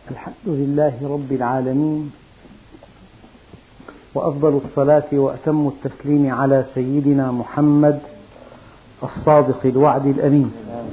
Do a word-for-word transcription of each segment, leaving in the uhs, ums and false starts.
الحمد لله رب العالمين، وأفضل الصلاة وأتم التسليم على سيدنا محمد الصادق الوعد الأمين.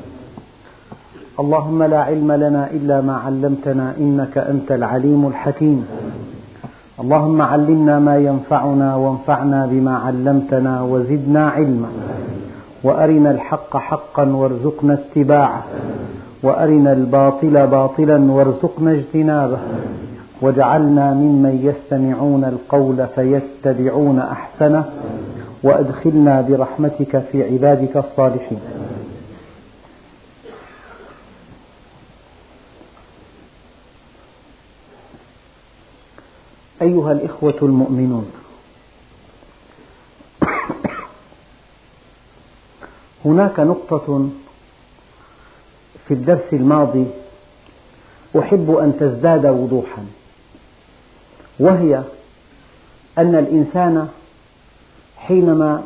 اللهم لا علم لنا إلا ما علمتنا إنك أنت العليم الحكيم. اللهم علمنا ما ينفعنا وانفعنا بما علمتنا وزدنا علما، وأرنا الحق حقا وارزقنا اتباعه، وأرنا الباطل باطلا وارزقنا اجتنابه، واجعلنا ممن يستمعون القول فيتبعون أحسنه، وأدخلنا برحمتك في عبادك الصالحين. أيها الإخوة المؤمنون، هناك نقطة في الدرس الماضي أحب أن تزداد وضوحا، وهي أن الإنسان حينما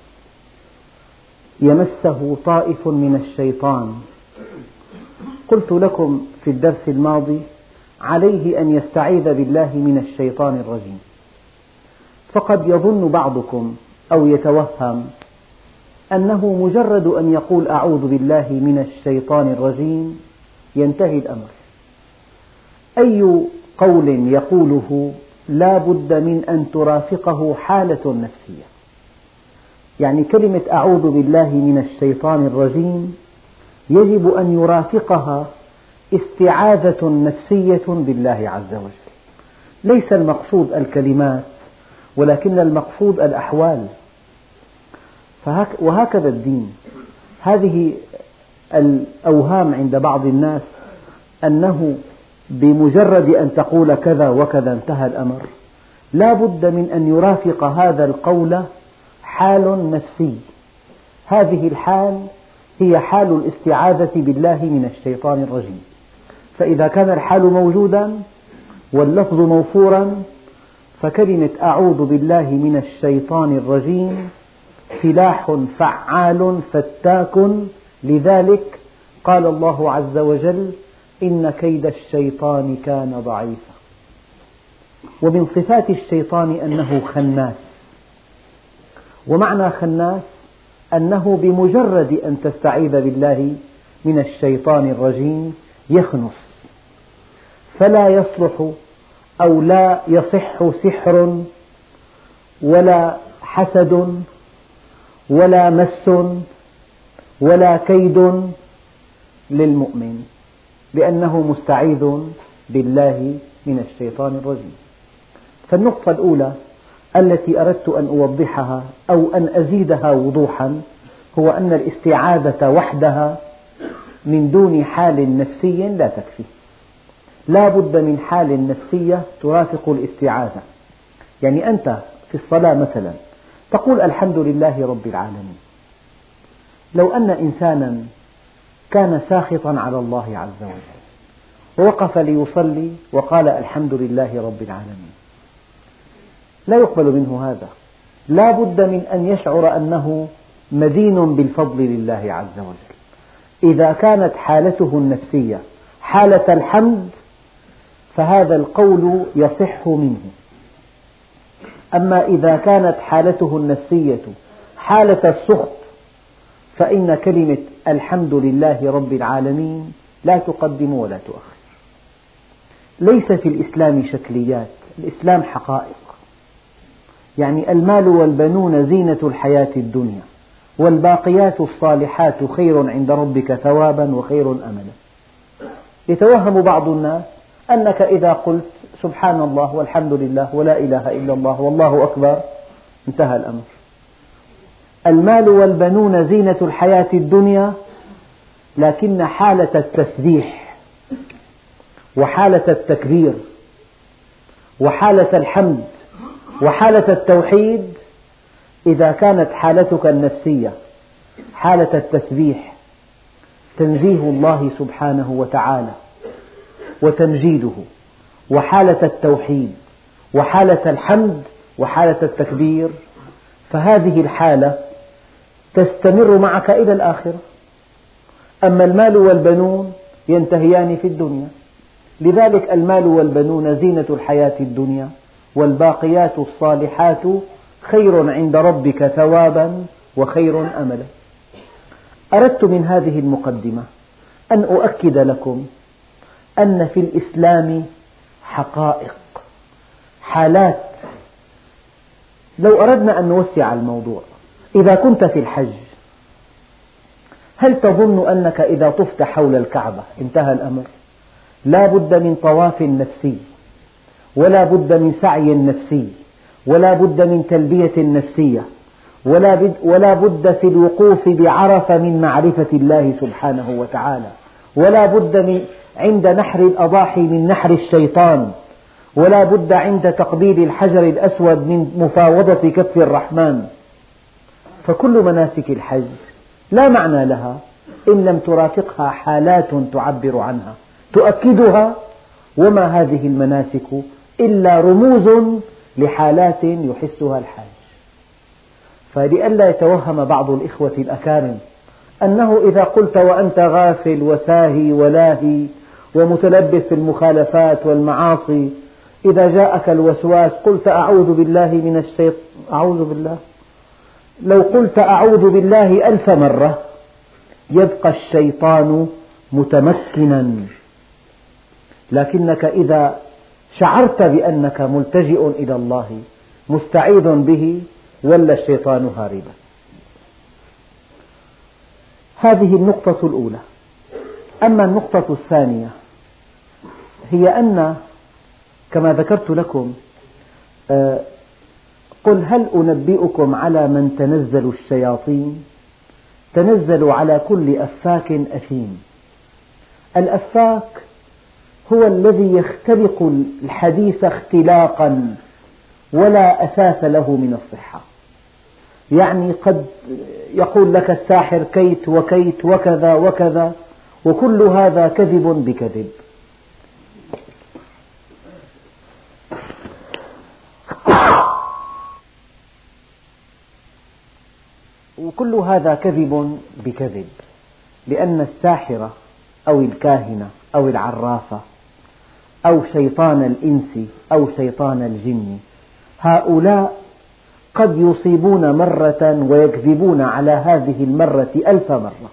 يمسه طائف من الشيطان، قلت لكم في الدرس الماضي عليه أن يستعيذ بالله من الشيطان الرجيم. فقد يظن بعضكم أو يتوهم أنه مجرد أن يقول أعوذ بالله من الشيطان الرجيم ينتهي الأمر. أي قول يقوله لا بد من أن ترافقه حالة نفسية، يعني كلمة أعوذ بالله من الشيطان الرجيم يجب أن يرافقها استعاذة نفسية بالله عز وجل. ليس المقصود الكلمات، ولكن المقصود الأحوال. وهكذا الدين. هذه الأوهام عند بعض الناس أنه بمجرد أن تقول كذا وكذا انتهى الأمر. لا بد من أن يرافق هذا القول حال نفسي. هذه الحال هي حال الاستعاذة بالله من الشيطان الرجيم. فإذا كان الحال موجودا واللفظ موفورا، فكلمة أعوذ بالله من الشيطان الرجيم سلاح فعال فتاك. لذلك قال الله عز وجل: إن كيد الشيطان كان ضعيفا. ومن صفات الشيطان أنه خناس، ومعنى خناس أنه بمجرد أن تستعيذ بالله من الشيطان الرجيم يخنس، فلا يصلح أو لا يصح سحر ولا حسد ولا مس ولا كيد للمؤمن، لأنه مستعيذ بالله من الشيطان الرجيم. فالنقطة الأولى التي أردت أن أوضحها أو أن أزيدها وضوحا هو أن الاستعاذة وحدها من دون حال نفسي لا تكفي. لا بد من حال نفسية ترافق الاستعاذة. يعني أنت في الصلاة مثلا تقول الحمد لله رب العالمين. لو أن إنسانا كان ساخطا على الله عز وجل ووقف ليصلي وقال الحمد لله رب العالمين، لا يقبل منه هذا. لا بد من أن يشعر أنه مدين بالفضل لله عز وجل. إذا كانت حالته النفسية حالة الحمد فهذا القول يصح منه. أما إذا كانت حالته النفسية حالة السخط فإن كلمة الحمد لله رب العالمين لا تقدم ولا تؤخر. ليس في الإسلام شكليات، الإسلام حقائق. يعني المال والبنون زينة الحياة الدنيا، والباقيات الصالحات خير عند ربك ثوابا وخير أملا. يتوهم بعض الناس أنك إذا قلت سبحان الله والحمد لله ولا إله إلا الله والله أكبر انتهى الأمر. المال والبنون زينة الحياة الدنيا، لكن حالة التسبيح وحالة التكبير وحالة الحمد وحالة التوحيد، إذا كانت حالتك النفسية حالة التسبيح تنزيه الله سبحانه وتعالى وتمجيده، وحالة التوحيد وحالة الحمد وحالة التكبير، فهذه الحالة تستمر معك إلى الآخرة. أما المال والبنون ينتهيان في الدنيا. لذلك المال والبنون زينة الحياة الدنيا والباقيات الصالحات خير عند ربك ثوابا وخير أملا. أردت من هذه المقدمة أن أؤكد لكم أن في الإسلام حقائق، حالات. لو أردنا أن نوسع الموضوع، إذا كنت في الحج هل تظن أنك إذا طفت حول الكعبة انتهى الأمر؟ لا بد من طواف نفسي، ولا بد من سعي نفسي، ولا بد من تلبية نفسية، ولا بد في الوقوف بعرفة من معرفة الله سبحانه وتعالى، ولا بد من عند نحر الأضاحي من نحر الشيطان، ولا بد عند تقبيل الحجر الأسود من مفاوضة كف الرحمن. فكل مناسك الحج لا معنى لها إن لم ترافقها حالات تعبر عنها تؤكدها، وما هذه المناسك إلا رموز لحالات يحسها الحاج. فلئلا يتوهم بعض الإخوة الأكارم أنه إذا قلت وأنت غافل وساهي ولاهي ومتلبس في المخالفات والمعاصي، إذا جاءك الوسواس قلت أعوذ بالله من الشيطان، أعوذ بالله. لو قلت أعوذ بالله ألف مرة يبقى الشيطان متمكنا، لكنك إذا شعرت بأنك ملتجئ إلى الله مستعيذ به ولا الشيطان هاربا. هذه النقطة الأولى. أما النقطة الثانية هي أن كما ذكرت لكم، قل هل أنبئكم على من تنزل الشياطين؟ تنزل على كل أفاك أثيم. الأفاك هو الذي يختلق الحديث اختلاقا ولا أساس له من الصحة، يعني قد يقول لك الساحر كيت وكيت وكذا وكذا، وكل هذا كذب بكذب. وكل هذا كذب بكذب، لأن الساحرة أو الكاهنة أو العرافة أو شيطان الإنس أو شيطان الجن، هؤلاء قد يصيبون مرة ويكذبون على هذه المرة ألف مرة.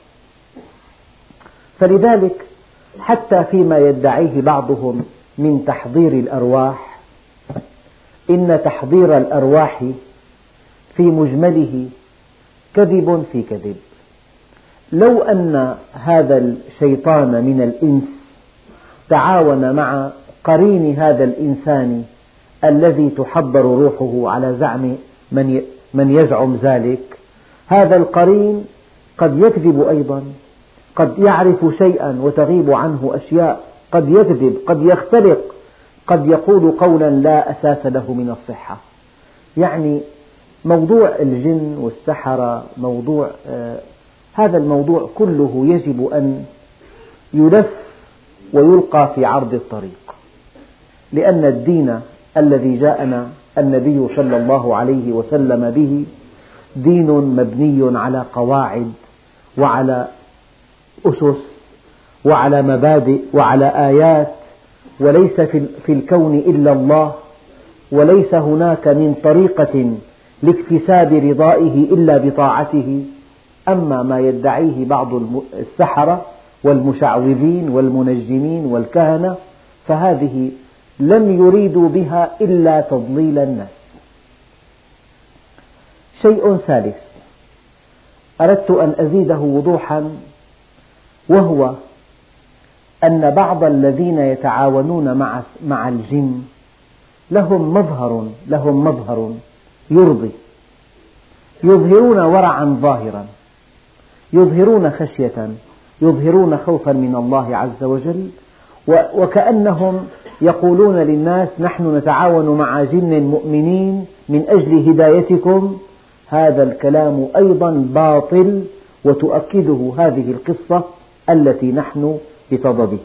فلذلك حتى فيما يدعيه بعضهم من تحضير الأرواح، إن تحضير الأرواح في مجمله كذب في كذب. لو أن هذا الشيطان من الإنس تعاون مع قرين هذا الإنسان الذي تحضر روحه على زعم من من يزعم ذلك، هذا القرين قد يكذب أيضا، قد يعرف شيئا وتغيب عنه أشياء، قد يكذب، قد يختلق، قد يقول قولا لا أساس له من الصحة. يعني موضوع الجن والسحرة موضوع آه هذا الموضوع كله يجب أن يلف ويلقى في عرض الطريق، لأن الدين الذي جاءنا النبي صلى الله عليه وسلم به دين مبني على قواعد وعلى أسس وعلى مبادئ وعلى آيات، وليس في الكون إلا الله، وليس هناك من طريقة لاكتساب رضائه إلا بطاعته. أما ما يدعيه بعض السحرة والمشعوذين والمنجمين والكهنة فهذه لم يريدوا بها إلا تضليل الناس. شيء ثالث أردت أن أزيده وضوحا، وهو أن بعض الذين يتعاونون مع مع الجن لهم مظهر لهم مظهر يرضي، يظهرون ورعا ظاهرا، يظهرون خشية، يظهرون خوفا من الله عز وجل، وكأنهم يقولون للناس نحن نتعاون مع جن مؤمنين من أجل هدايتكم. هذا الكلام أيضا باطل، وتؤكده هذه القصة التي نحن بصددها.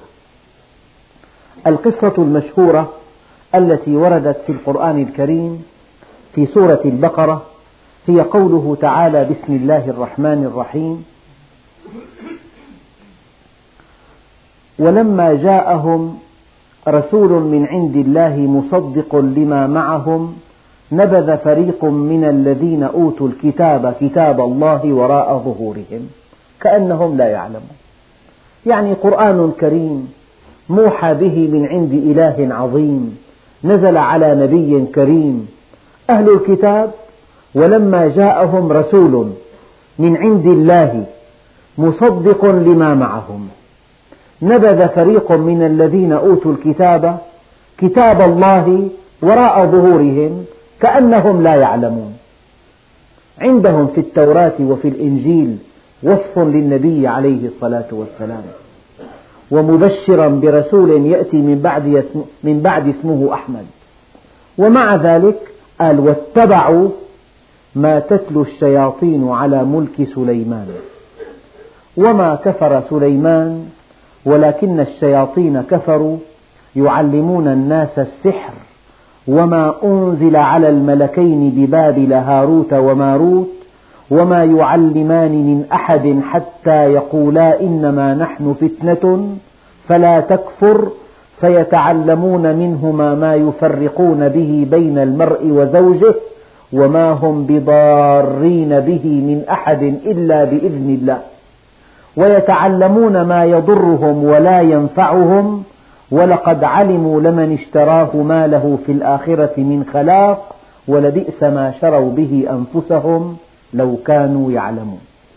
القصة المشهورة التي وردت في القرآن الكريم في سورة البقرة هي قوله تعالى: بسم الله الرحمن الرحيم: ولما جاءهم رسول من عند الله مصدق لما معهم نبذ فريق من الذين أوتوا الكتاب كتاب الله وراء ظهورهم كأنهم لا يعلمون. يعني قرآن كريم موحى به من عند إله عظيم نزل على نبي كريم. أهل الكتاب ولما جاءهم رسول من عند الله مصدق لما معهم نبذ فريق من الذين أوتوا الكتاب كتاب الله وراء ظهورهم كأنهم لا يعلمون. عندهم في التوراة وفي الإنجيل وصف للنبي عليه الصلاة والسلام، ومبشرا برسول يأتي من بعد, من بعد اسمه أحمد. ومع ذلك قال واتبعوا ما تتلو الشياطين على ملك سليمان وما كفر سليمان ولكن الشياطين كفروا يعلمون الناس السحر وما أنزل على الملكين ببابل هاروت وماروت وما يعلمان من أحد حتى يقولا إنما نحن فتنة فلا تكفر فيتعلمون منهما ما يفرقون به بين المرء وزوجه وما هم بضارين به من أحد إلا بإذن الله ويتعلمون ما يضرهم ولا ينفعهم ولقد علموا لمن اشتراه ما له في الآخرة من خلاق ولبئس ما شروا به أنفسهم لو كانوا يعلمون.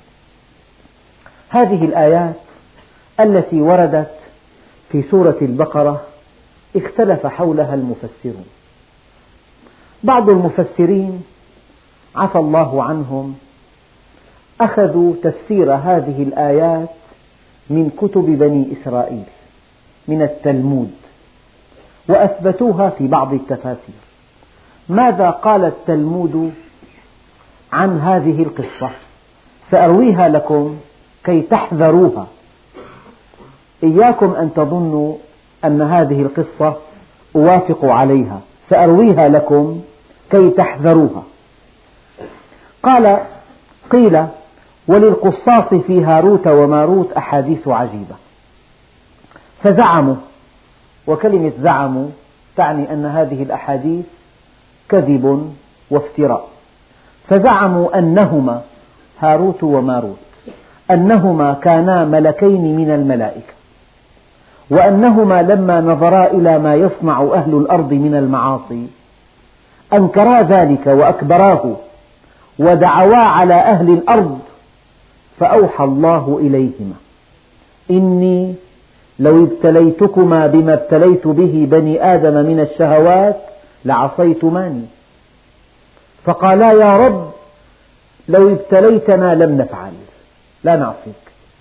هذه الآيات التي وردت في سورة البقرة اختلف حولها المفسرون. بعض المفسرين عفى الله عنهم أخذوا تفسير هذه الآيات من كتب بني إسرائيل من التلمود وأثبتوها في بعض التفاسير. ماذا قال التلمود عن هذه القصة؟ سأرويها لكم كي تحذروها. إياكم أن تظنوا أن هذه القصة أوافق عليها، سأرويها لكم كي تحذروها. قال قيل وللقصاص في هاروت وماروت أحاديث عجيبة فزعموا، وكلمة زعموا تعني أن هذه الأحاديث كذب وافتراء. فزعموا أنهما هاروت وماروت أنهما كانا ملكين من الملائكة وأنهما لما نظرا إلى ما يصنع أهل الأرض من المعاصي أنكرا ذلك وأكبراه ودعوا على أهل الأرض فأوحى الله إليهما إني لو ابتليتكما بما ابتليت به بني آدم من الشهوات لعصيتماني فقالا يا رب لو ابتليتنا لم نفعل لا نعصيك.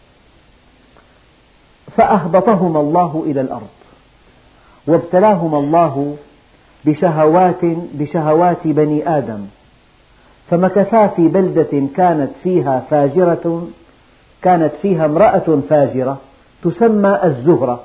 فأهبطهما الله إلى الأرض وابتلاهما الله بشهوات, بشهوات بني آدم فمكثا في بلدة كانت فيها فاجرة كانت فيها امرأة فاجرة تسمى الزهرة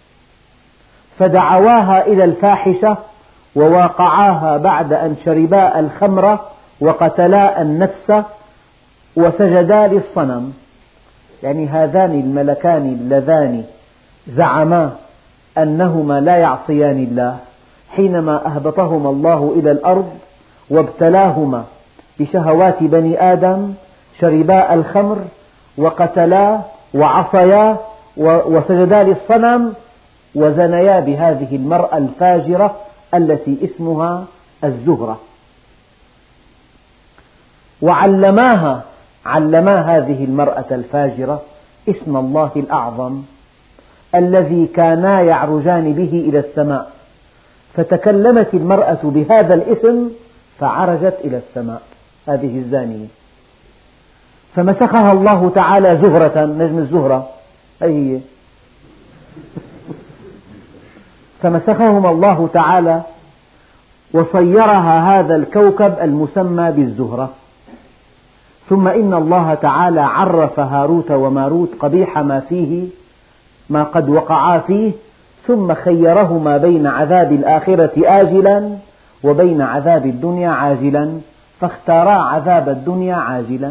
فدعواها إلى الفاحشة وواقعاها بعد أن شربا الخمر وقتلا النفس وسجدا للصنم. يعني هذان الملكان اللذان زعما أنهما لا يعصيان الله حينما أهبطهما الله إلى الأرض وابتلاهما بشهوات بني آدم شربا الخمر وقتلا وعصيا وسجدا للصنم وزنيا بهذه المرأة الفاجرة التي اسمها الزهرة وعلماها علما هذه المرأة الفاجرة اسم الله الأعظم الذي كانا يعرجان به إلى السماء فتكلمت المرأة بهذا الاسم فعرجت إلى السماء هذه الزانية فمسخها الله تعالى زهرة نجم الزهرة هي هي فمسخهما الله تعالى وصيرها هذا الكوكب المسمى بالزهرة. ثم إن الله تعالى عرف هاروت وماروت قبيح ما فيه ما قد وقعا فيه ثم خيرهما بين عذاب الآخرة آجلا وبين عذاب الدنيا عاجلا فاختارا عذاب الدنيا عاجلا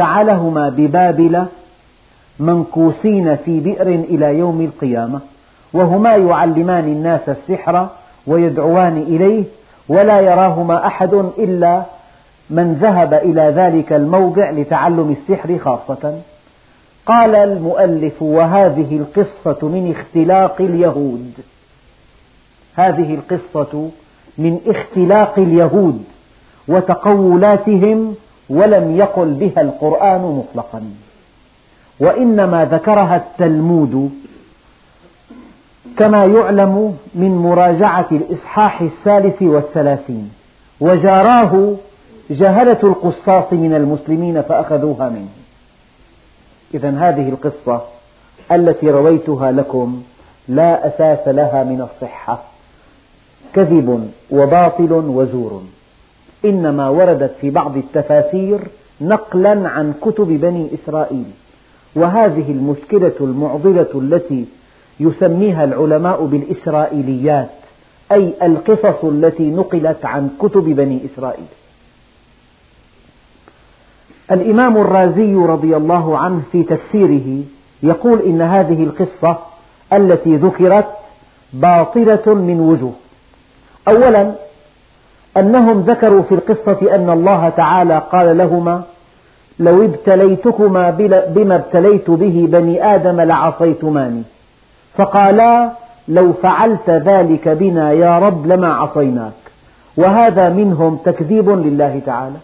فجعلهما ببابل منكوسين في بئر إلى يوم القيامة وهما يعلمان الناس السحر ويدعوان إليه، ولا يراهما أحد إلا من ذهب إلى ذلك الموضع لتعلم السحر خاصة. قال المؤلف: وهذه القصة من اختلاق اليهود، هذه القصة من اختلاق اليهود وتقولاتهم، ولم يقل بها القرآن مطلقا، وإنما ذكرها التلمود كما يعلم من مراجعة الإصحاح الثالث والثلاثين، وجاراه جهلة القصاص من المسلمين فأخذوها منه. إذن هذه القصة التي رويتها لكم لا أساس لها من الصحة، كذب وباطل وزور، إنما وردت في بعض التفاسير نقلا عن كتب بني إسرائيل. وهذه المشكلة المعضلة التي يسميها العلماء بالإسرائيليات، أي القصص التي نقلت عن كتب بني إسرائيل. الإمام الرازي رضي الله عنه في تفسيره يقول إن هذه القصة التي ذكرت باطلة من وجوه. أولا، أنهم ذكروا في القصة أن الله تعالى قال لهما: لو ابتليتكما بما ابتليت به بني آدم لعصيتماني، فقالا: لو فعلت ذلك بنا يا رب لما عصيناك. وهذا منهم تكذيب لله تعالى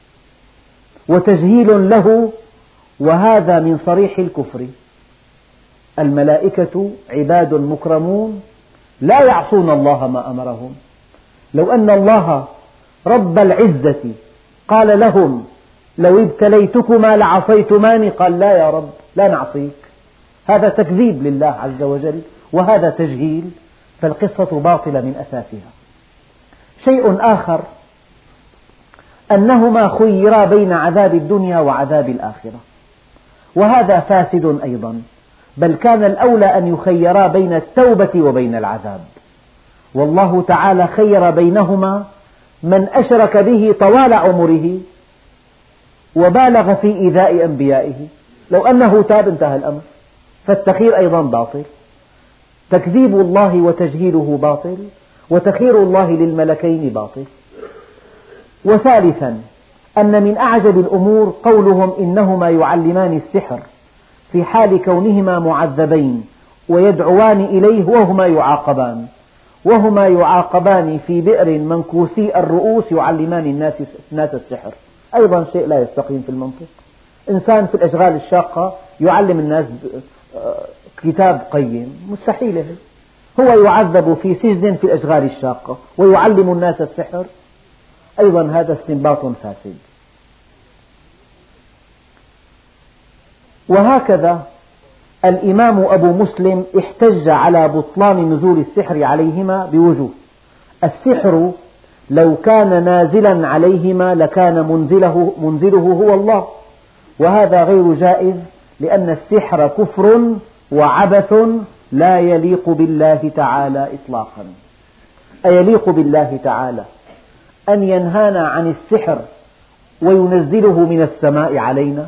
وتجهيل له، وهذا من صريح الكفر. الملائكة عباد مكرمون لا يعصون الله ما أمرهم. لو أن الله رب العزة قال لهم: لو ابتليتكما لعصيتماني، قال: لا يا رب، لا نعصيك. هذا تكذيب لله عز وجل، وهذا تجهيل، فالقصة باطلة من أساسها. شيء آخر، أنهما خيرا بين عذاب الدنيا وعذاب الآخرة، وهذا فاسد أيضا، بل كان الأولى أن يخيرا بين التوبة وبين العذاب، والله تعالى خير بينهما من أشرك به طوال عمره وبالغ في إيذاء أنبيائه. لو أنه تاب انتهى الأمر، فالتخيير أيضا باطل. تكذيب الله وتجهيله باطل، وتخيير الله للملكين باطل. وثالثا، أن من أعجب الأمور قولهم إنهما يعلمان السحر في حال كونهما معذبين ويدعوان إليه وهما يعاقبان، وهما يعاقبان في بئر منكوسي الرؤوس يعلمان الناس الناس السحر، أيضا شيء لا يستقيم في المنطق. إنسان في الأشغال الشاقة يعلم الناس كتاب قيم، مستحيل. هو يعذب في سجن في الأشغال الشاقة ويعلم الناس السحر، أيضا هذا استنباط فاسد. وهكذا الإمام أبو مسلم احتج على بطلان نزول السحر عليهما بوجوه. السحر لو كان نازلا عليهما لكان منزله, منزله هو الله، وهذا غير جائز، لأن السحر كفر وعبث لا يليق بالله تعالى إطلاقا. أيليق بالله تعالى أن ينهانا عن السحر وينزله من السماء علينا؟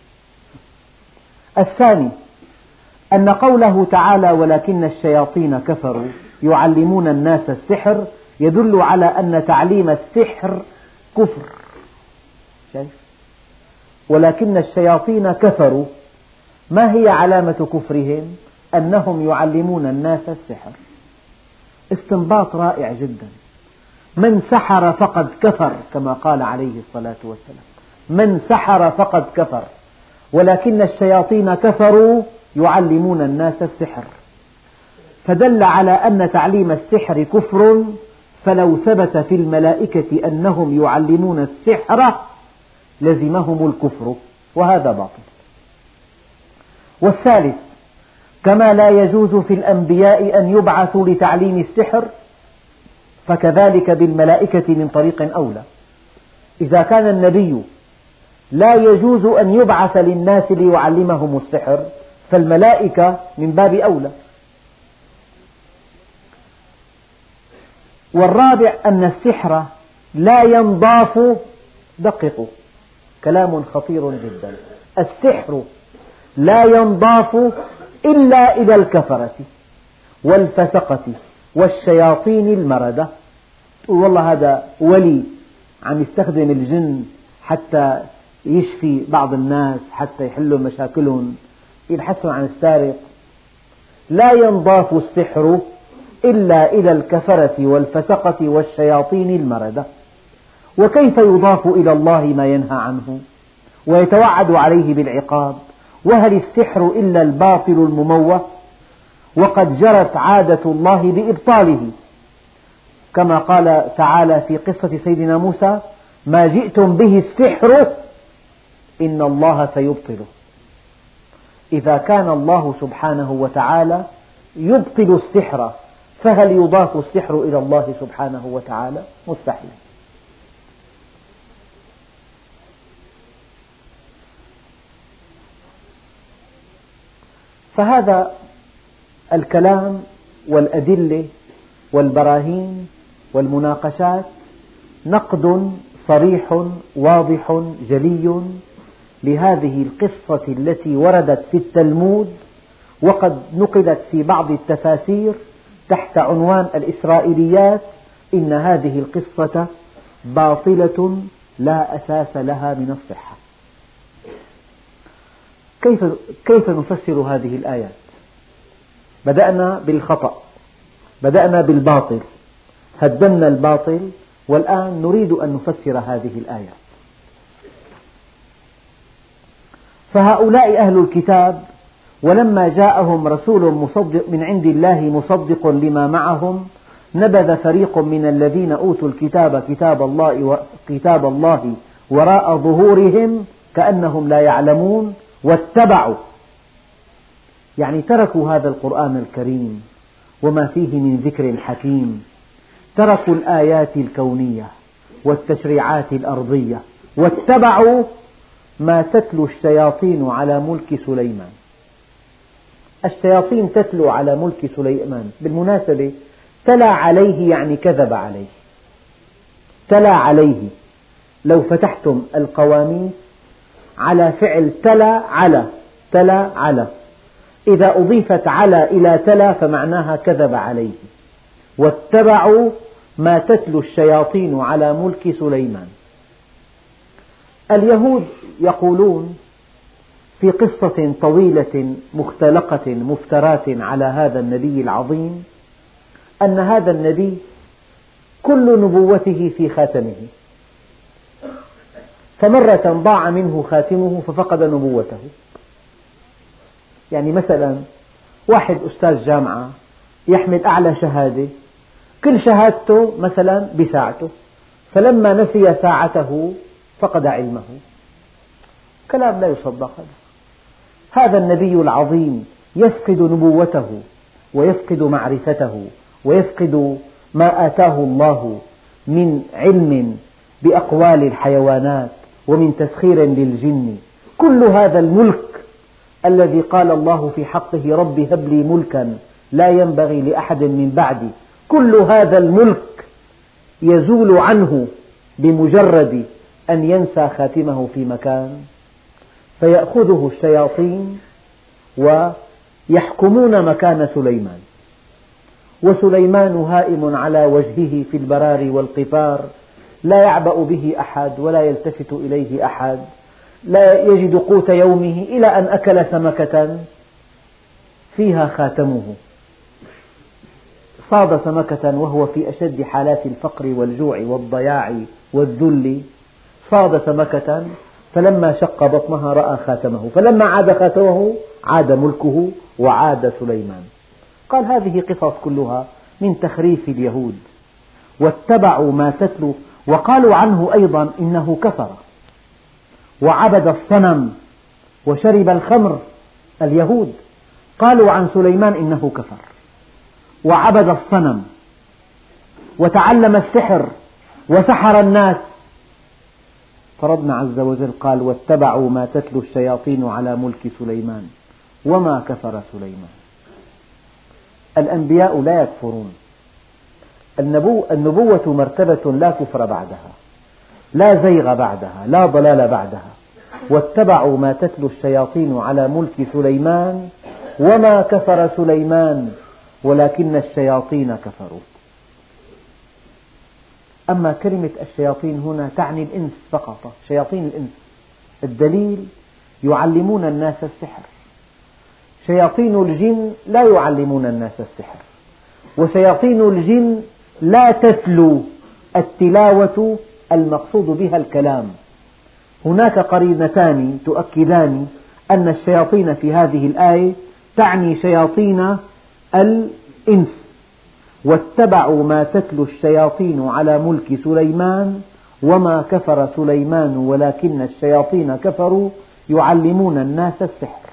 الثاني، أن قوله تعالى: ولكن الشياطين كفروا يعلمون الناس السحر، يدل على أن تعليم السحر كفر. شايف؟ ولكن الشياطين كفروا، ما هي علامة كفرهم؟ أنهم يعلمون الناس السحر. استنباط رائع جدا. من سحر فقد كفر، كما قال عليه الصلاة والسلام: من سحر فقد كفر، ولكن الشياطين كفروا يعلمون الناس السحر، فدل على أن تعليم السحر كفر. فلو ثبت في الملائكة أنهم يعلمون السحر لزمهم الكفر، وهذا باطل. والثالث، كما لا يجوز في الأنبياء أن يبعثوا لتعليم السحر، فكذلك بالملائكة من طريق أولى. إذا كان النبي لا يجوز أن يبعث للناس ليعلمهم السحر، فالملائكة من باب أولى. والرابع، أن السحر لا ينضاف. دققوا، كلام خطير جدا. السحر لا ينضاف إلا إلى الكفرة، والفسقة والشياطين المردة. تقول والله هذا ولي عم يستخدم الجن حتى يشفي بعض الناس، حتى يحلوا مشاكلهم، يبحثون عن السارق. لا ينضاف السحر إلا إلى الكفرة والفسقة والشياطين المردة. وكيف يضاف إلى الله ما ينهى عنه ويتوعد عليه بالعقاب؟ وهل السحر إلا الباطل المموه؟ وقد جرت عادة الله بإبطاله، كما قال تعالى في قصة سيدنا موسى: ما جئتم به السحر إن الله سيبطله. إذا كان الله سبحانه وتعالى يبطل السحر، فهل يضاف السحر إلى الله سبحانه وتعالى؟ مستحيل. فهذا الكلام والأدلة والبراهين والمناقشات نقد صريح واضح جلي لهذه القصة التي وردت في التلمود، وقد نقلت في بعض التفاسير تحت عنوان الإسرائيليات: إن هذه القصة باطلة لا أساس لها من الصحة. كيف كيف نفسر هذه الآيات؟ بدأنا بالخطأ، بدأنا بالباطل، هدمنا الباطل، والآن نريد أن نفسر هذه الآيات. فهؤلاء أهل الكتاب ولما جاءهم رسول مصدق من عند الله مصدق لما معهم نبذ فريق من الذين أوتوا الكتاب كتاب الله كتاب الله وراء ظهورهم كأنهم لا يعلمون واتبعوا، يعني تركوا هذا القرآن الكريم وما فيه من ذكر حكيم، تركوا الآيات الكونية والتشريعات الأرضية واتبعوا ما تتلو الشياطين على ملك سليمان. الشياطين تتلو على ملك سليمان، بالمناسبة تلا عليه يعني كذب عليه. تلا عليه، لو فتحتم القواميس على فعل تلا على، تلا على، إذا أضيفت على إلى تلا فمعناها كذب عليه. واتبعوا ما تتلو الشياطين على ملك سليمان. اليهود يقولون في قصة طويلة مختلقة مفتراة على هذا النبي العظيم أن هذا النبي كل نبوته في خاتمه، فمرة ضاع منه خاتمه ففقد نبوته. يعني مثلا واحد أستاذ جامعة يحمل أعلى شهادة، كل شهادته مثلا بساعته، فلما نسي ساعته فقد علمه. كلام لا يصدق. هذا النبي العظيم يفقد نبوته ويفقد معرفته ويفقد ما آتاه الله من علم بأقوال الحيوانات ومن تسخير للجن. كل هذا الملك الذي قال الله في حقه: رب هب لي ملكا لا ينبغي لأحد من بعدي، كل هذا الملك يزول عنه بمجرد أن ينسى خاتمه في مكان، فيأخذه الشياطين ويحكمون مكان سليمان. وسليمان هائم على وجهه في البراري والقفار، لا يعبأ به أحد ولا يلتفت إليه أحد، لا يجد قوت يومه إلى أن أكل سمكة فيها خاتمه. صاد سمكة وهو في أشد حالات الفقر والجوع والضياع والذل، صاد سمكة فلما شق بطنها رأى خاتمه، فلما عاد خاتمه عاد ملكه وعاد سليمان. قال هذه قصص كلها من تخريف اليهود. واتبعوا ما تتلو، وقالوا عنه أيضا إنه كفر وعبد الصنم وشرب الخمر. اليهود قالوا عن سليمان إنه كفر وعبد الصنم وتعلم السحر وسحر الناس. فربنا عز وجل قال: واتبعوا ما تتلو الشياطين على ملك سليمان وما كفر سليمان. الأنبياء لا يكفرون. النبوة مرتبة لا كفر بعدها، لا زيغ بعدها، لا ضلال بعدها. واتبعوا ما تتلو الشياطين على ملك سليمان وما كفر سليمان ولكن الشياطين كفروا. أما كلمة الشياطين هنا تعني الإنس فقط، شياطين الإنس. الدليل يعلمون الناس السحر، شياطين الجن لا يعلمون الناس السحر، وشياطين الجن لا تتلو التلاوة المقصود بها الكلام. هناك قرينتان تؤكدان أن الشياطين في هذه الآية تعني شياطين الإنس. واتبعوا ما تتلو الشياطين على ملك سليمان وما كفر سليمان ولكن الشياطين كفروا يعلمون الناس السحر.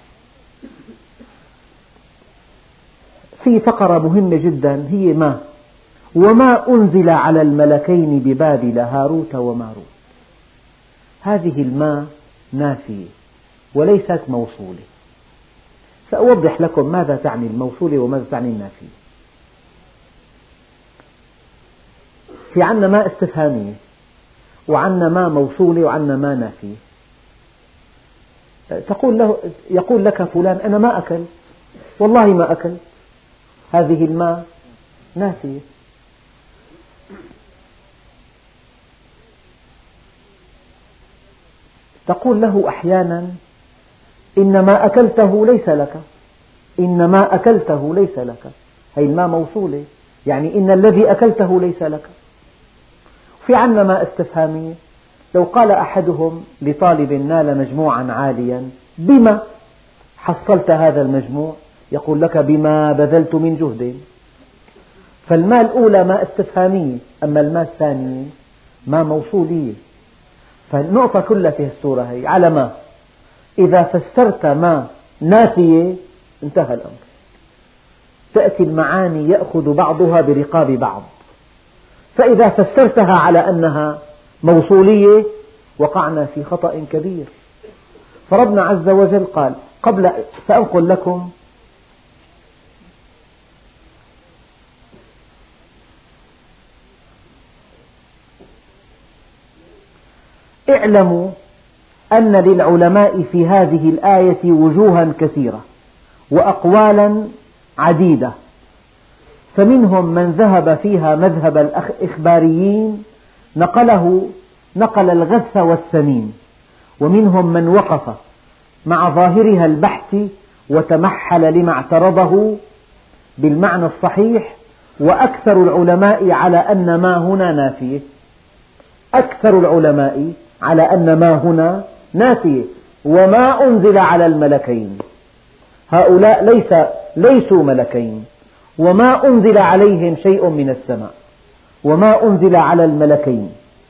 في فقرة مهمة جدا هي ما وما أنزل على الملكين ببابل هاروت وماروت. هذه الماء نافية وليست موصولة. سأوضح لكم ماذا تعني الموصولة وماذا تعني النافية. في عندنا ماء استفهامية، وعندنا ماء موصولة، وعندنا ماء نافية. تقول له يقول لك فلان أنا ما أكلت، والله ما أكلت، هذه الماء نافية. تقول له أحيانا إن ما أكلته ليس لك، إن ما أكلته ليس لك، هي الماء موصولة، يعني إن الذي أكلته ليس لك. في عندنا ماء استفهامية، لو قال أحدهم لطالب نال مجموعا عاليا بما حصلت هذا المجموع، يقول لك بما بذلت من جهد. فالماء الأولى ماء استفهامية، أما الماء الثانية ماء موصولية. فالنقطة كلها في السورة هي على ما، إذا فسرت ما نافية انتهى الأمر. تأتي المعاني يأخذ بعضها برقاب بعض، فإذا فسرتها على أنها موصولية وقعنا في خطأ كبير. فربنا عز وجل قال قبل سأنقل لكم اعلموا أن للعلماء في هذه الآية وجوها كثيرة وأقوالا عديدة، فمنهم من ذهب فيها مذهب الإخباريين نقله نقل الغث والسمين، ومنهم من وقف مع ظاهرها البحث وتمحل لما اعترضه بالمعنى الصحيح. وأكثر العلماء على أن ما هنا نافية، أكثر العلماء على أن ما هنا نافية. وما أنزل على الملكين، هؤلاء ليس ليسوا ملكين، وما أنزل عليهم شيء من السماء، وما أنزل على الملكين.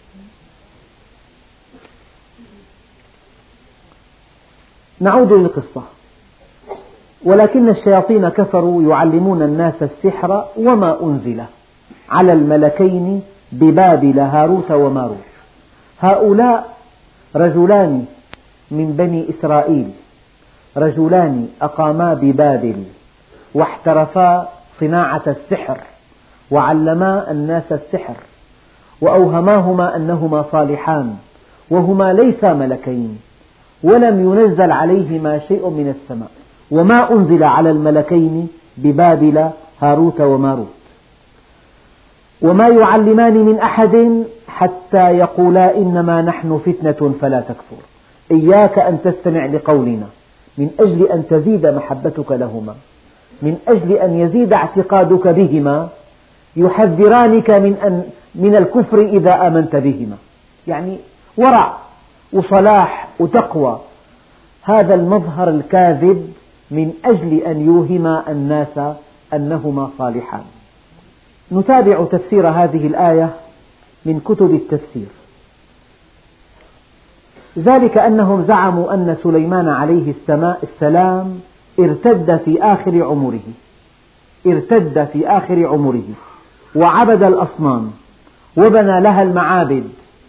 نعود للقصة. ولكن الشياطين كفروا يعلمون الناس السحر وما أنزل على الملكين ببابل هاروت وماروت. هؤلاء رجلان من بني إسرائيل، رجلان أقاما ببابل واحترفا صناعة السحر وعلما الناس السحر، وأوهماهما أنهما صالحان، وهما ليسا ملكين، ولم ينزل عليهما شيء من السماء. وما أنزل على الملكين ببابل هاروت وماروت. وما يعلمان من أحد حتى يقولا إنما نحن فتنة فلا تكفر. إياك أن تستمع لقولنا من أجل أن تزيد محبتك لهما، من أجل أن يزيد اعتقادك بهما. يحذرانك من أن من الكفر إذا آمنت بهما، يعني ورع وصلاح وتقوى. هذا المظهر الكاذب من أجل أن يوهم الناس أنهما صالحان. نتابع تفسير هذه الآية من كتب التفسير. ذلك أنهم زعموا أن سليمان عليه السلام ارتد في آخر عمره، ارتد في آخر عمره وعبد الأصنام وبنى لها المعابد.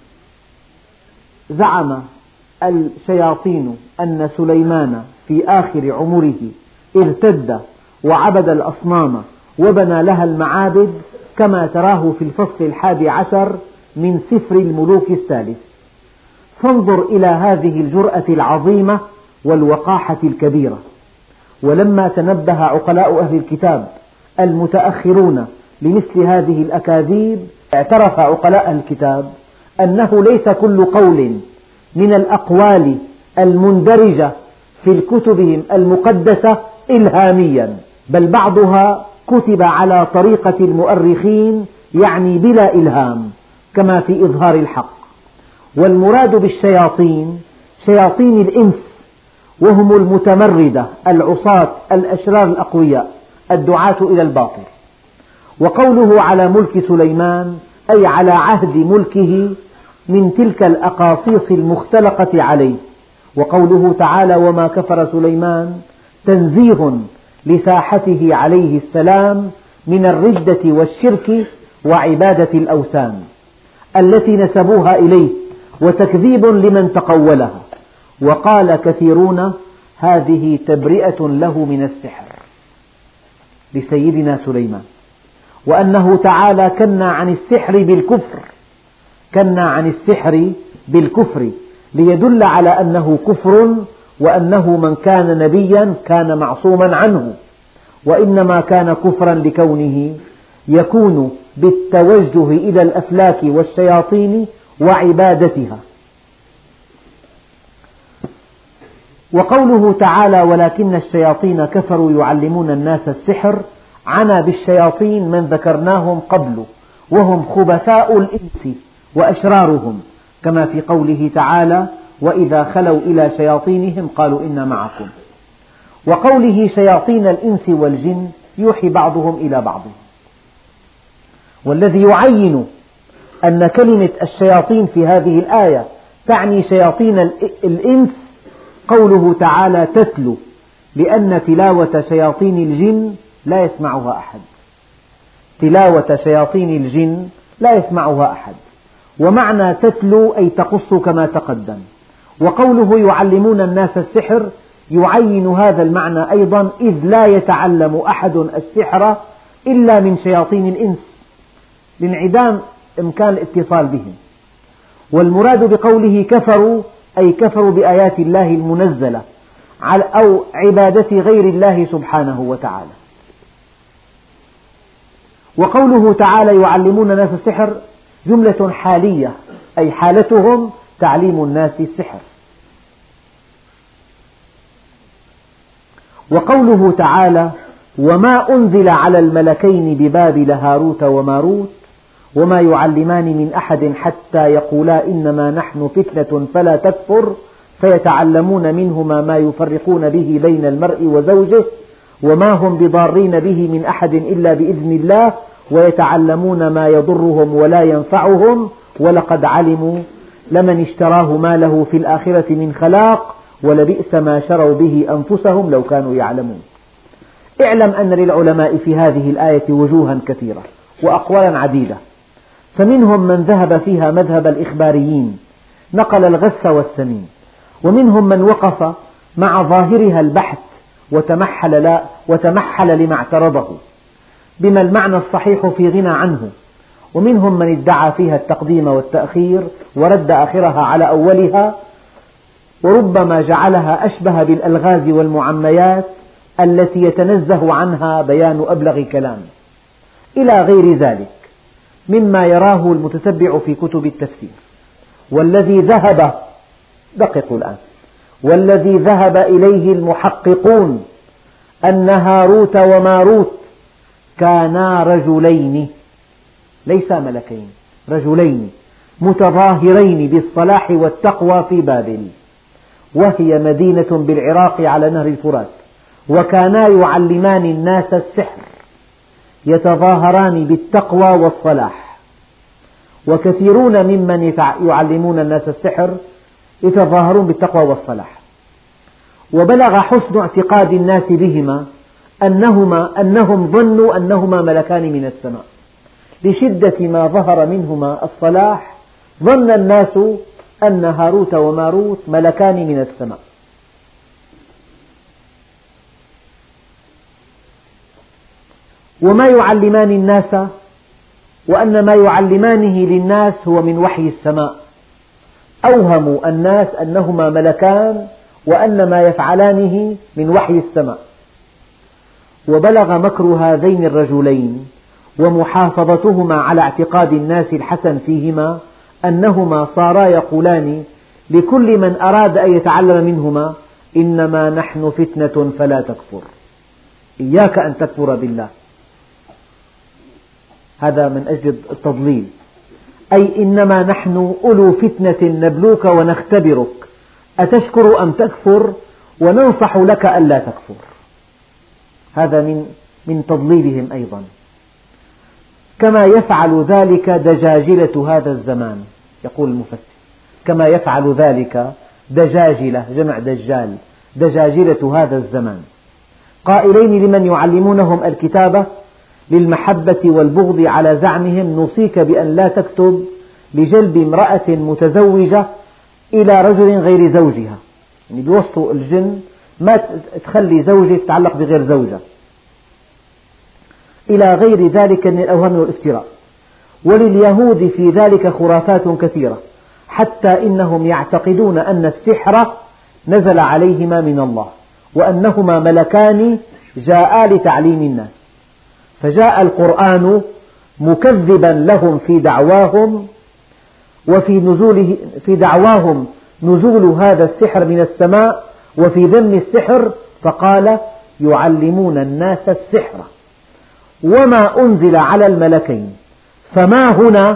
زعم الشياطين أن سليمان في آخر عمره ارتد وعبد الأصنام وبنى لها المعابد، كما تراه في الفصل الحادي عشر من سفر الملوك الثالث. فانظر إلى هذه الجرأة العظيمة والوقاحة الكبيرة. ولما تنبه عقلاء أهل الكتاب المتأخرون لمثل هذه الأكاذيب اعترف عقلاء الكتاب أنه ليس كل قول من الأقوال المندرجة في كتبهم المقدسة إلهاميا، بل بعضها كتب على طريقة المؤرخين، يعني بلا إلهام، كما في إظهار الحق. والمراد بالشياطين شياطين الإنس، وهم المتمردة العصاة الأشرار الأقوياء الدعاة إلى الباطل. وقوله على ملك سليمان أي على عهد ملكه من تلك الأقاصيص المختلقة عليه. وقوله تعالى وما كفر سليمان تنزيه لساحته عليه السلام من الردة والشرك وعبادة الأوثان التي نسبوها إليه، وتكذيب لمن تقولها. وقال كثيرون هذه تبرئة له من السحر لسيدنا سليمان، وأنه تعالى كنى عن السحر بالكفر، كنى عن السحر بالكفر ليدل على أنه كفر، وأنه من كان نبيا كان معصوما عنه، وإنما كان كفرا لكونه يكون بالتوجه إلى الأفلاك والشياطين وعبادتها. وقوله تعالى ولكن الشياطين كفروا يعلمون الناس السحر، عنى بالشياطين من ذكرناهم قبل وهم خبثاء الإنس وأشرارهم، كما في قوله تعالى وإذا خلوا إلى شياطينهم قالوا إنا معكم. وقوله شياطين الإنس والجن يوحي بعضهم إلى بعض. والذي يعين أن كلمة الشياطين في هذه الآية تعني شياطين الإنس قوله تعالى تتلو، لأن تلاوة شياطين الجن لا يسمعها أحد، تلاوة شياطين الجن لا يسمعها أحد. ومعنى تتلو أي تقص كما تقدم. وقوله يعلمون الناس السحر يعين هذا المعنى أيضا، إذ لا يتعلم أحد السحر إلا من شياطين الإنس لانعدام إمكان الاتصال بهم. والمراد بقوله كفروا أي كفروا بآيات الله المنزلة أو عبادة غير الله سبحانه وتعالى. وقوله تعالى يعلمون الناس السحر جملة حالية، أي حالتهم تعليم الناس السحر. وقوله تعالى وما أنزل على الملكين ببابل هاروت وماروت وما يعلمان من أحد حتى يقولا إنما نحن فتنة فلا تكفر فيتعلمون منهما ما يفرقون به بين المرء وزوجه وما هم بضارين به من أحد إلا بإذن الله ويتعلمون ما يضرهم ولا ينفعهم ولقد علموا لمن اشتراه ما له في الآخرة من خلاق ولبئس ما شروا به أنفسهم لو كانوا يعلمون. اعلم أن للعلماء في هذه الآية وجوها كثيرة وأقوالا عديدة، فمنهم من ذهب فيها مذهب الإخباريين نقل الغث والسمين، ومنهم من وقف مع ظاهرها البحث وتمحل, لا وتمحل لما اعترضه بما المعنى الصحيح في غنى عنه، ومنهم من ادعى فيها التقديم والتأخير ورد آخرها على أولها، وربما جعلها أشبه بالألغاز والمعميات التي يتنزه عنها بيان أبلغ كلام، إلى غير ذلك مما يراه المتتبع في كتب التفسير. والذي ذهب دققوا الآن والذي ذهب إليه المحققون أن هاروت وماروت كانا رجلين ليس ملكين، رجلين متظاهرين بالصلاح والتقوى في بابل، وهي مدينة بالعراق على نهر الفرات، وكانا يعلمان الناس السحر يتظاهران بالتقوى والصلاح. وكثيرون ممن يعلمون الناس السحر يتظاهرون بالتقوى والصلاح. وبلغ حسن اعتقاد الناس بهما أنهما أنهم ظنوا أنهما ملكان من السماء، لشدة ما ظهر منهما الصلاح ظن الناس أن هاروت وماروت ملكان من السماء. وما يعلمان الناس، وأن ما يعلمانه للناس هو من وحي السماء، أوهموا الناس أنهما ملكان وأن ما يفعلانه من وحي السماء. وبلغ مكر هذين الرجلين ومحافظتهما على اعتقاد الناس الحسن فيهما أنهما صارا يقولان لكل من أراد أن يتعلم منهما: إنما نحن فتنة فلا تكفر، إياك أن تكفر بالله. هذا من أجل التضليل، أي إنما نحن أولو فتنة نبلوك ونختبرك، أتشكر أم تكفر، وننصح لك ألا تكفر. هذا من من تضليلهم أيضا. كما يفعل ذلك دجاجلة هذا الزمان، يقول المفسر، كما يفعل ذلك دجاجلة جمع دجال، دجاجلة هذا الزمان، قائلين لمن يعلمونهم الكتابة للمحبة والبغض على زعمهم: نوصيك بأن لا تكتب لجلب امرأة متزوجة إلى رجل غير زوجها، يعني بيوصوا الجن ما تخلي زوجة تتعلق بغير زوجها، إلى غير ذلك من الأوهام والافتراء. ولليهود في ذلك خرافات كثيرة، حتى إنهم يعتقدون أن السحر نزل عليهما من الله، وأنهما ملكان جاءا لتعليم الناس، فجاء القرآن مكذبا لهم في دعواهم وفي نزوله في دعواهم نزول هذا السحر من السماء، وفي ذم السحر فقال: يعلمون الناس السحر وما أنزل على الملكين. فما هنا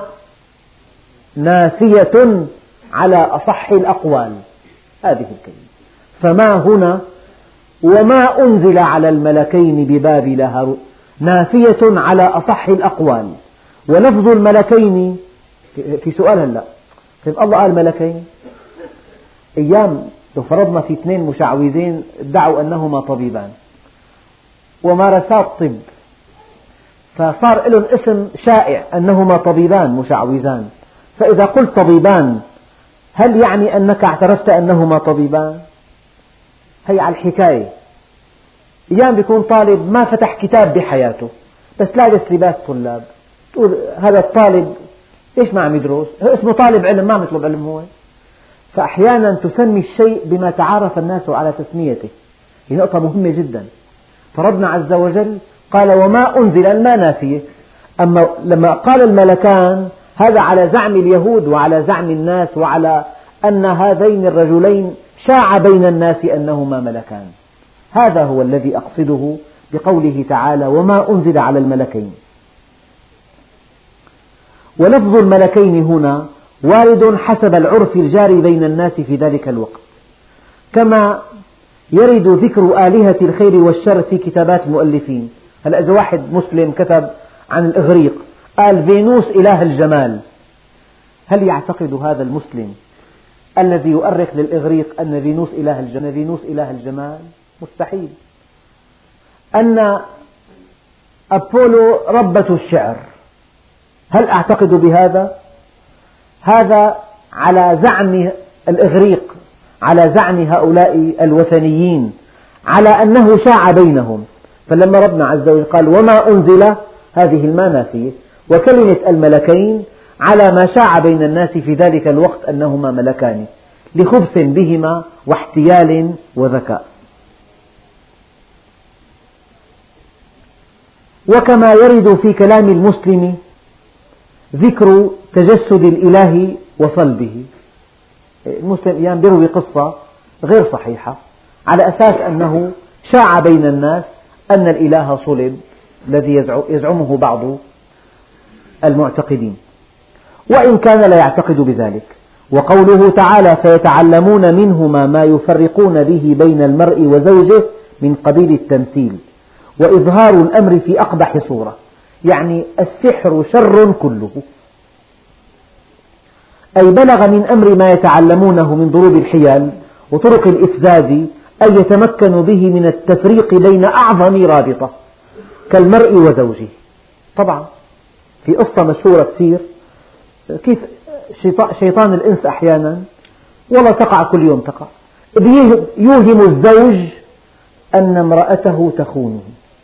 نافية على أصح الأقوال، هذه الكلمة فما هنا وما أنزل على الملكين ببابل هاروت نافية على أصح الأقوال. ولفظ الملكين في سؤال هلأ، طيب الله قال ملكين، أيام لو فرضنا في اثنين مشعوذين ادعوا أنهما طبيبان ومارسا الطب، فصار لهم اسم شائع أنهما طبيبان مشعوذان، فإذا قلت طبيبان هل يعني أنك اعترفت أنهما طبيبان؟ هي على الحكاية. أيام بيكون طالب ما فتح كتاب بحياته، بس لابس لباس طلاب، تقول هذا الطالب إيش ما عم يدرس؟ اسمه طالب علم، ما عم يطلب علم هو. فأحيانا تسمي الشيء بما تعارف الناس على تسميته، هي نقطة مهمة جدا. فربنا عز وجل قال: وما أنزل، الماء نافية. أما لما قال الملكان هذا على زعم اليهود وعلى زعم الناس، وعلى أن هذين الرجلين شاع بين الناس أنهما ملكان. هذا هو الذي أقصده بقوله تعالى: وما أنزل على الملكين. ولفظ الملكين هنا وارد حسب العرف الجاري بين الناس في ذلك الوقت، كما يرد ذكر آلهة الخير والشر في كتابات المؤلفين. هلأ إذا واحد مسلم كتب عن الإغريق قال فينوس إله الجمال، هل يعتقد هذا المسلم الذي يؤرخ للإغريق أن فينوس إله الجمال, فينوس إله الجمال؟ مستحيل. أن أبولو ربة الشعر، هل أعتقد بهذا؟ هذا على زعم الإغريق، على زعم هؤلاء الوثنيين، على أنه شاع بينهم. فلما ربنا عز وجل قال: وما أنزل، هذه الماء نافية، وكلمة الملكين على ما شاع بين الناس في ذلك الوقت أنهما ملكان، لخبث بهما واحتيال وذكاء. وكما يرد في كلام المسلم ذكر تجسد الإله وصلبه، المسلم أيام يروي قصة غير صحيحة على أساس أنه شاع بين الناس أن الإله صلب، الذي يزعمه بعض المعتقدين، وإن كان لا يعتقد بذلك. وقوله تعالى: فيتعلمون منهما ما يفرقون به بين المرء وزوجه من قبيل التمثيل وإظهار الأمر في أقبح صورة، يعني السحر شر كله، أي بلغ من أمر ما يتعلمونه من ضروب الحيل وطرق الإفزاز أن يتمكنوا به من التفريق بين أعظم رابطة كالمرء وزوجه. طبعا في قصة مشهورة كثير كيف شيطان الإنس أحيانا، والله تقع كل يوم تقع، يوهم الزوج أن امرأته تخونه،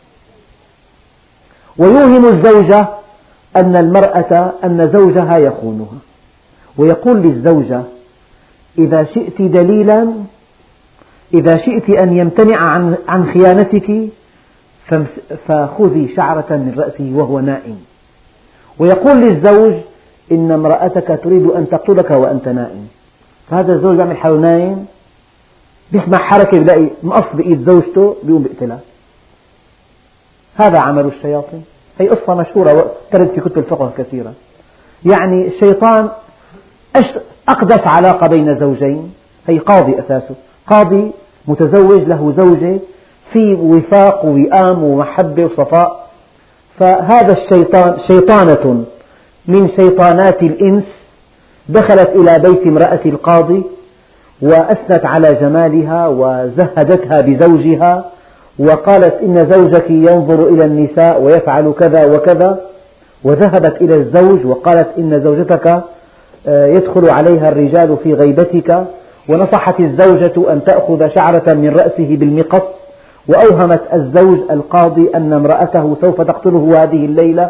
ويوهم الزوجة أن المرأة أن زوجها يخونها، ويقول للزوجة: إذا شئت دليلا، إذا شئت أن يمتنع عن عن خيانتك فخذي شعرة من رأسه وهو نائم، ويقول للزوج إن امرأتك تريد أن تقتلك وأنت نائم، فهذا الزوج يعمل حاله نايم، بيسمع حركة بيلاقي مقص بإيد زوجته بيقوم بيقتلها. هذا عمل الشياطين. هي قصة مشهورة ترد في كتب الفقه كثيرا. يعني الشيطان أقدس علاقة بين زوجين، هي قاضي أساسه، قاضي متزوج له زوجة في وفاق ووئام ومحبة وصفاء، فهذا الشيطان شيطانة من شيطانات الإنس دخلت إلى بيت امرأة القاضي وأثنت على جمالها وزهدتها بزوجها وقالت إن زوجك ينظر إلى النساء ويفعل كذا وكذا، وذهبت إلى الزوج وقالت إن زوجتك يدخل عليها الرجال في غيبتك، ونصحت الزوجة أن تأخذ شعرة من رأسه بالمقص، وأوهمت الزوج القاضي أن امرأته سوف تقتله هذه الليلة.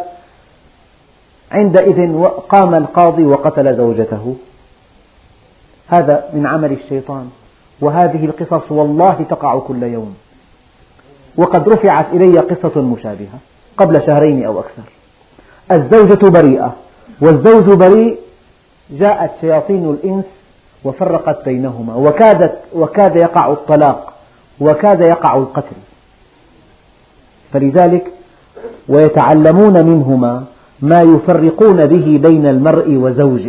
عندئذ قام القاضي وقتل زوجته. هذا من عمل الشيطان، وهذه القصص والله تقع كل يوم، وقد رفعت إلي قصة مشابهة قبل شهرين أو أكثر. الزوجة بريئة والزوج بريء، جاءت شياطين الإنس وفرقت بينهما، وكادت وكاد يقع الطلاق وكاد يقع القتل. فلذلك ويتعلمون منهما ما يفرقون به بين المرء وزوجه.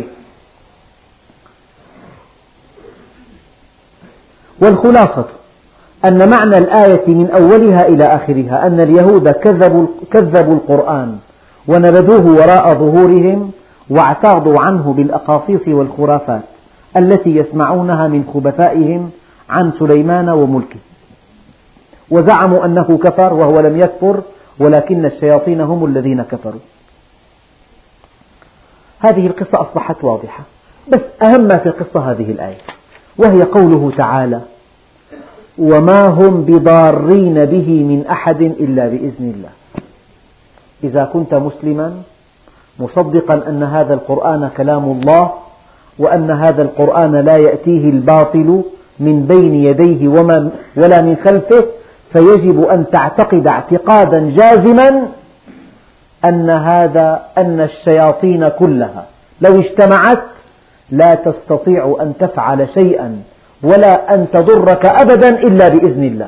والخلاصة أن معنى الآية من أولها إلى آخرها أن اليهود كذبوا, كذبوا القرآن ونبذوه وراء ظهورهم واعتاضوا عنه بالأقاصيص والخرافات التي يسمعونها من خبثائهم عن سليمان وملكه، وزعموا أنه كفر وهو لم يكفر، ولكن الشياطين هم الذين كفروا. هذه القصة أصبحت واضحة، بس أهم ما في القصة هذه الآية، وهي قوله تعالى: وما هم بضارين به من أحد إلا بإذن الله. إذا كنت مسلما مصدقا أن هذا القرآن كلام الله، وأن هذا القرآن لا يأتيه الباطل من بين يديه ولا من خلفه، فيجب أن تعتقد اعتقادا جازما أن هذا أن الشياطين كلها لو اجتمعت لا تستطيع أن تفعل شيئا ولا أن تضرك أبدا إلا بإذن الله،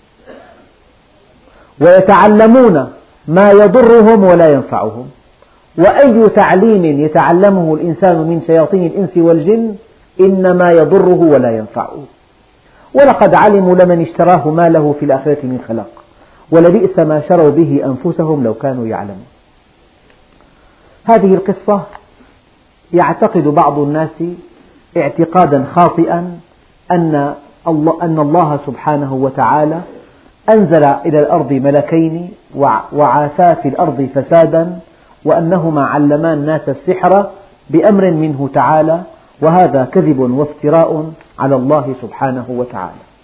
ويتعلمون ما يضرهم ولا ينفعهم. وأي تعليم يتعلمه الإنسان من شياطين الإنس والجن إنما يضره ولا ينفعه. ولقد علموا لمن اشتراه ما له في الآخرة من خلاق ولبئس ما شروا به أنفسهم لو كانوا يعلمون. هذه القصة يعتقد بعض الناس اعتقادا خاطئا أن الله, أن الله سبحانه وتعالى أنزل إلى الأرض ملكين وعاثا في الأرض فسادا، وأنهما علما الناس السحر بأمر منه تعالى، وهذا كذب وافتراء على الله سبحانه وتعالى.